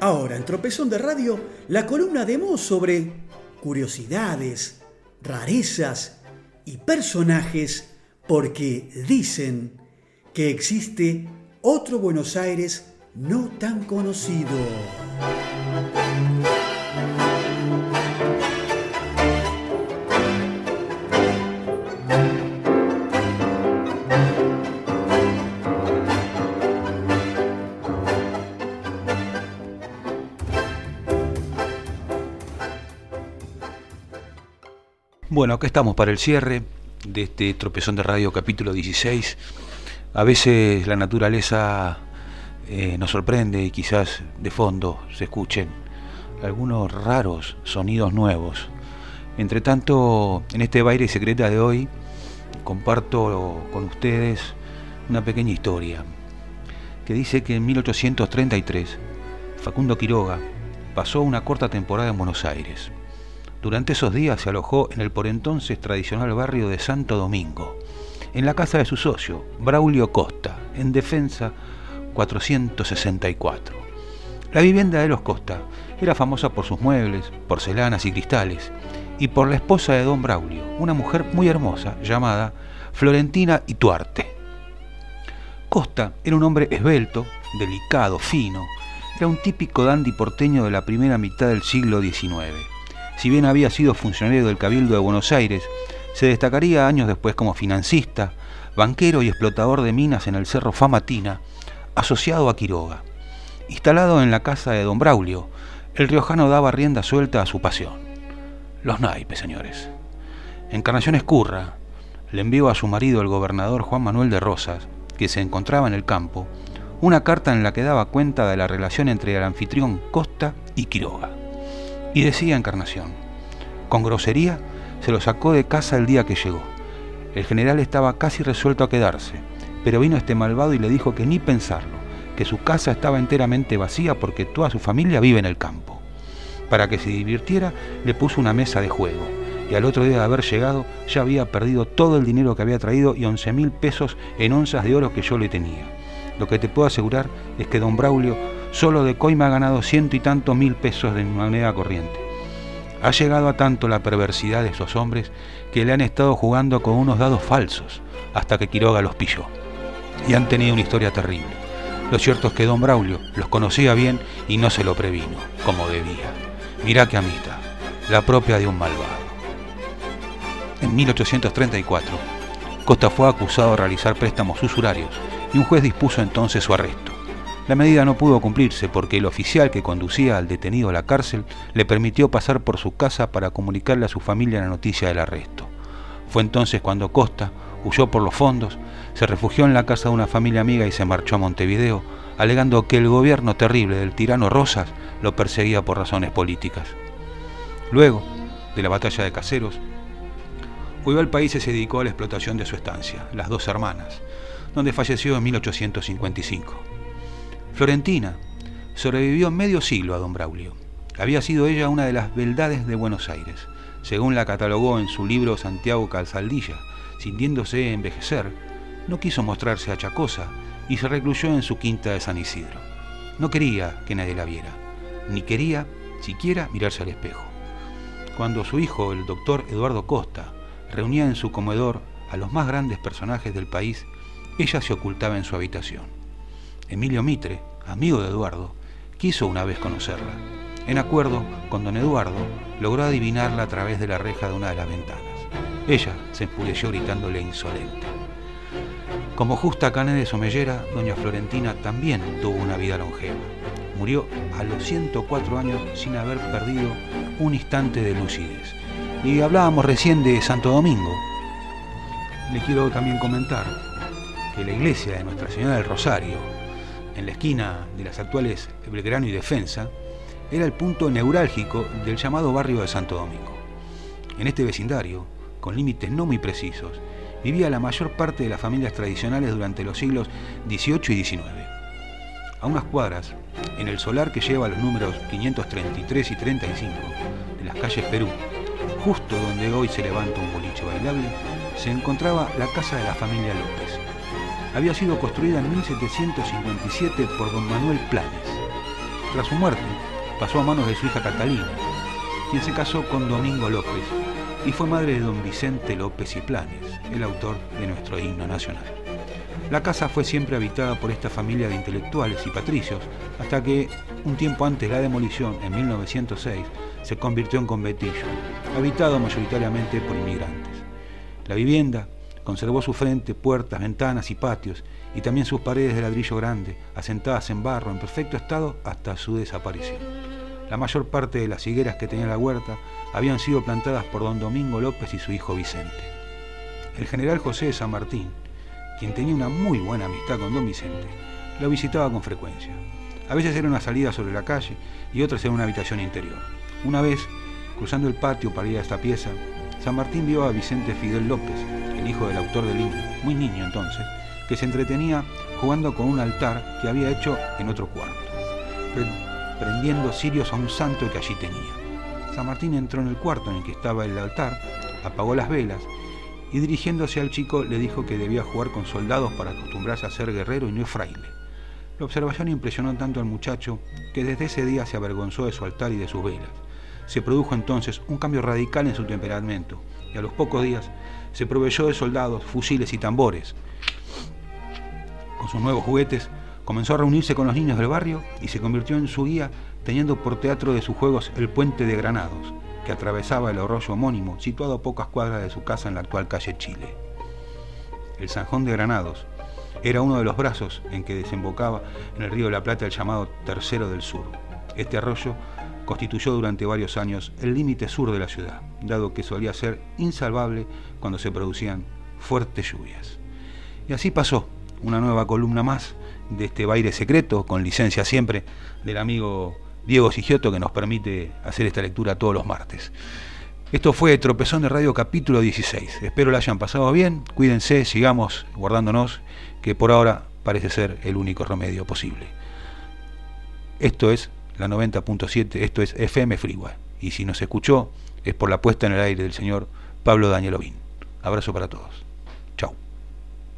Ahora, en Tropezón de Radio, la columna de Mo sobre curiosidades, rarezas y personajes, porque dicen que existe otro Buenos Aires no tan conocido. Bueno, acá estamos para el cierre de este Tropezón de Radio capítulo 16. A veces la naturaleza nos sorprende y quizás de fondo se escuchen algunos raros sonidos nuevos. Entre tanto, en este Baile Secreta de hoy comparto con ustedes una pequeña historia que dice que en 1833 Facundo Quiroga pasó una corta temporada en Buenos Aires. Durante esos días se alojó en el por entonces tradicional barrio de Santo Domingo, en la casa de su socio, Braulio Costa, en Defensa 464. La vivienda de los Costa era famosa por sus muebles, porcelanas y cristales, y por la esposa de don Braulio, una mujer muy hermosa llamada Florentina Ituarte. Costa era un hombre esbelto, delicado, fino, era un típico dandy porteño de la primera mitad del siglo XIX. Si bien había sido funcionario del Cabildo de Buenos Aires, se destacaría años después como financista, banquero y explotador de minas en el Cerro Famatina, asociado a Quiroga. Instalado en la casa de don Braulio, el riojano daba rienda suelta a su pasión. Los naipes, señores. Encarnación Escurra le envió a su marido, el gobernador Juan Manuel de Rosas, que se encontraba en el campo, una carta en la que daba cuenta de la relación entre el anfitrión Costa y Quiroga. Y decía Encarnación: con grosería se lo sacó de casa el día que llegó. El general estaba casi resuelto a quedarse, pero vino este malvado y le dijo que ni pensarlo, que su casa estaba enteramente vacía porque toda su familia vive en el campo. Para que se divirtiera, le puso una mesa de juego, y al otro día de haber llegado ya había perdido todo el dinero que había traído y 11.000 pesos en onzas de oro que yo le tenía. Lo que te puedo asegurar es que don Braulio solo de coima ha ganado 100 y tantos mil pesos de moneda corriente. Ha llegado a tanto la perversidad de esos hombres que le han estado jugando con unos dados falsos hasta que Quiroga los pilló. Y han tenido una historia terrible. Lo cierto es que don Braulio los conocía bien y no se lo previno, como debía. Mirá qué amistad, la propia de un malvado. En 1834, Costa fue acusado de realizar préstamos usurarios y un juez dispuso entonces su arresto. La medida no pudo cumplirse porque el oficial que conducía al detenido a la cárcel le permitió pasar por su casa para comunicarle a su familia la noticia del arresto. Fue entonces cuando Costa huyó por los fondos, se refugió en la casa de una familia amiga y se marchó a Montevideo, alegando que el gobierno terrible del tirano Rosas lo perseguía por razones políticas. Luego de la batalla de Caseros, volvió al país y se dedicó a la explotación de su estancia, Las Dos Hermanas, donde falleció en 1855. Florentina sobrevivió medio siglo a don Braulio. Había sido ella una de las beldades de Buenos Aires. Según la catalogó en su libro Santiago Calzaldilla, sintiéndose envejecer, no quiso mostrarse achacosa y se recluyó en su quinta de San Isidro. No quería que nadie la viera, ni quería siquiera mirarse al espejo. Cuando su hijo, el doctor Eduardo Costa, reunía en su comedor a los más grandes personajes del país, ella se ocultaba en su habitación. Emilio Mitre, amigo de Eduardo, quiso una vez conocerla. En acuerdo con don Eduardo, logró adivinarla a través de la reja de una de las ventanas. Ella se enfureció gritándole insolente. Como justa cane de somellera, doña Florentina también tuvo una vida longeva. Murió a los 104 años sin haber perdido un instante de lucidez. Y hablábamos recién de Santo Domingo. Le quiero también comentar que la iglesia de Nuestra Señora del Rosario, en la esquina de las actuales Belgrano y Defensa, era el punto neurálgico del llamado barrio de Santo Domingo. En este vecindario, con límites no muy precisos, vivía la mayor parte de las familias tradicionales durante los siglos XVIII y XIX. A unas cuadras, en el solar que lleva los números 533 y 35 de las calles Perú, justo donde hoy se levanta un boliche bailable, se encontraba la casa de la familia López. Había sido construida en 1757 por don Manuel Planes. Tras su muerte, pasó a manos de su hija Catalina, quien se casó con Domingo López y fue madre de don Vicente López y Planes, el autor de nuestro himno nacional. La casa fue siempre habitada por esta familia de intelectuales y patricios, hasta que, un tiempo antes de la demolición, en 1906, se convirtió en conventillo, habitado mayoritariamente por inmigrantes. La vivienda conservó su frente, puertas, ventanas y patios, y también sus paredes de ladrillo grande, asentadas en barro en perfecto estado hasta su desaparición. La mayor parte de las higueras que tenía la huerta habían sido plantadas por don Domingo López y su hijo Vicente. El general José de San Martín, quien tenía una muy buena amistad con don Vicente, lo visitaba con frecuencia. A veces era una salida sobre la calle y otras en una habitación interior. Una vez, cruzando el patio para ir a esta pieza, San Martín vio a Vicente Fidel López, el hijo del autor del himno, muy niño entonces, que se entretenía jugando con un altar que había hecho en otro cuarto, prendiendo cirios a un santo que allí tenía. San Martín entró en el cuarto en el que estaba el altar, apagó las velas y dirigiéndose al chico le dijo que debía jugar con soldados para acostumbrarse a ser guerrero y no fraile. La observación impresionó tanto al muchacho que desde ese día se avergonzó de su altar y de sus velas. Se produjo entonces un cambio radical en su temperamento y a los pocos días se proveyó de soldados, fusiles y tambores. Con sus nuevos juguetes comenzó a reunirse con los niños del barrio y se convirtió en su guía, teniendo por teatro de sus juegos el puente de Granados, que atravesaba el arroyo homónimo, situado a pocas cuadras de su casa en la actual calle Chile. El Zanjón de Granados era uno de los brazos en que desembocaba en el río de la Plata el llamado Tercero del Sur. Este arroyo constituyó durante varios años el límite sur de la ciudad, dado que solía ser insalvable cuando se producían fuertes lluvias. Y así pasó una nueva columna más de este baile secreto, con licencia siempre del amigo Diego Sigioto, que nos permite hacer esta lectura todos los martes. Esto fue Tropezón de Radio capítulo 16. Espero la hayan pasado bien, cuídense, sigamos guardándonos, que por ahora parece ser el único remedio posible. Esto es la 90.7, esto es FM Freeway, y si nos escuchó es por la puesta en el aire del señor Pablo Danielovín. Abrazo para todos. Chau.